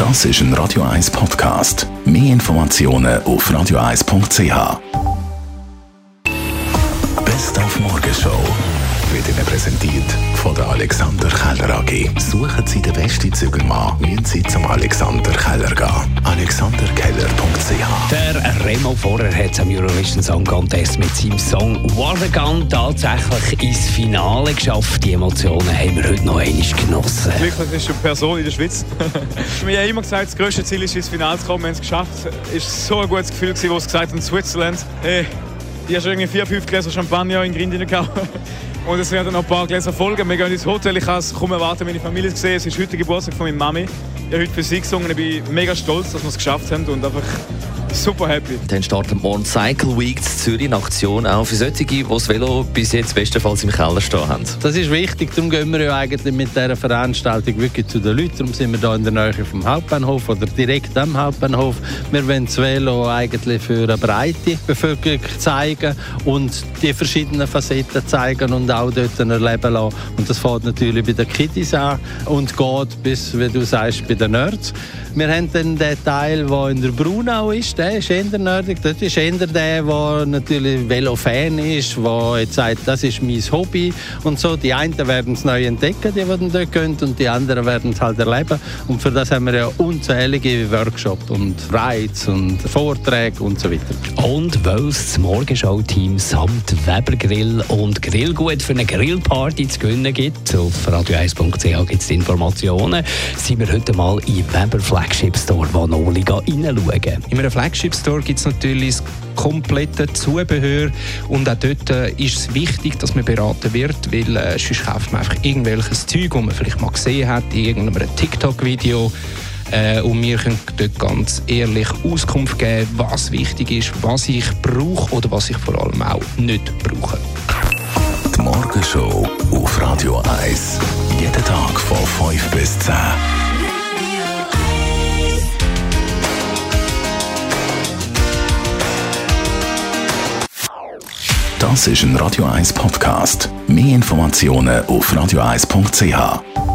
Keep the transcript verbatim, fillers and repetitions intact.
Das ist ein Radio eins Podcast. Mehr Informationen auf radio eins punkt c h. Best auf Morgenshow wird Ihnen präsentiert von der Alexander Keller A G. Suchen Sie den besten Zügelmann, müssen Sie zum Alexander Keller gehen. alexander keller punkt c h. Der Remo Vorer hat am Eurovision Song Contest mit seinem Song Watergun tatsächlich ins Finale geschafft. Die Emotionen haben wir heute noch einmal genossen. Glücklich ist eine Person in der Schweiz. Wir haben immer gesagt, das grösste Ziel ist, ins Finale zu kommen. Wir haben es geschafft. Es war so ein gutes Gefühl, als sie gesagt haben, Switzerland. Hey, die hast irgendwie vier, fünf Gläser Champagner in den Grind reingehauen. Und es werden noch ein paar Gläser folgen. Wir gehen ins Hotel. Ich kann es kaum erwarten, meine Familie zu sehen. Es ist heute der Geburtstag von meiner Mami. Ich habe heute für sie gesungen. Ich bin mega stolz, dass wir es geschafft haben und einfach super happy. Dann startet morgen Cycle Week in Zürich, eine Aktion auch für solche, die das Velo bis jetzt bestenfalls im Keller stehen haben. Das ist wichtig, darum gehen wir ja eigentlich mit dieser Veranstaltung wirklich zu den Leuten. Darum sind wir hier in der Nähe vom Hauptbahnhof oder direkt am Hauptbahnhof. Wir wollen das Velo eigentlich für eine breite Bevölkerung zeigen und die verschiedenen Facetten zeigen und auch dort erleben lassen. Und das fängt natürlich bei den Kiddies an und geht bis, wie du sagst, bei den Nerds. Wir haben dann den Teil, der in der Brunau ist, der ist eher nerdig. Das ist eher der, der natürlich Velo-Fan ist, der jetzt sagt, das ist mein Hobby und so. Die einen werden es neu entdecken, die, die dann dort gehen, und die anderen werden es halt erleben. Und für das haben wir ja unzählige Workshops und Rides und Vorträge und so weiter. Und weil es das Morgenshow-Team samt Weber-Grill und Grillgut für eine Grillparty zu gewinnen gibt, auf radio eins punkt c h gibt es die Informationen, sind wir heute mal im Weber Flagship Store, wo noch reinschauen. In einem Flagship Store gibt es natürlich das komplette Zubehör und auch dort äh, ist es wichtig, dass man beraten wird, weil äh, sonst kauft man einfach irgendwelches Zeug, das man vielleicht mal gesehen hat in irgendeinem TikTok-Video. Äh, und wir können dort ganz ehrlich Auskunft geben, was wichtig ist, was ich brauche oder was ich vor allem auch nicht brauche. Die Morgenshow auf Radio eins. Jeden Tag von fünf bis zehn. Das ist ein Radio eins Podcast. Mehr Informationen auf radio eins punkt c h.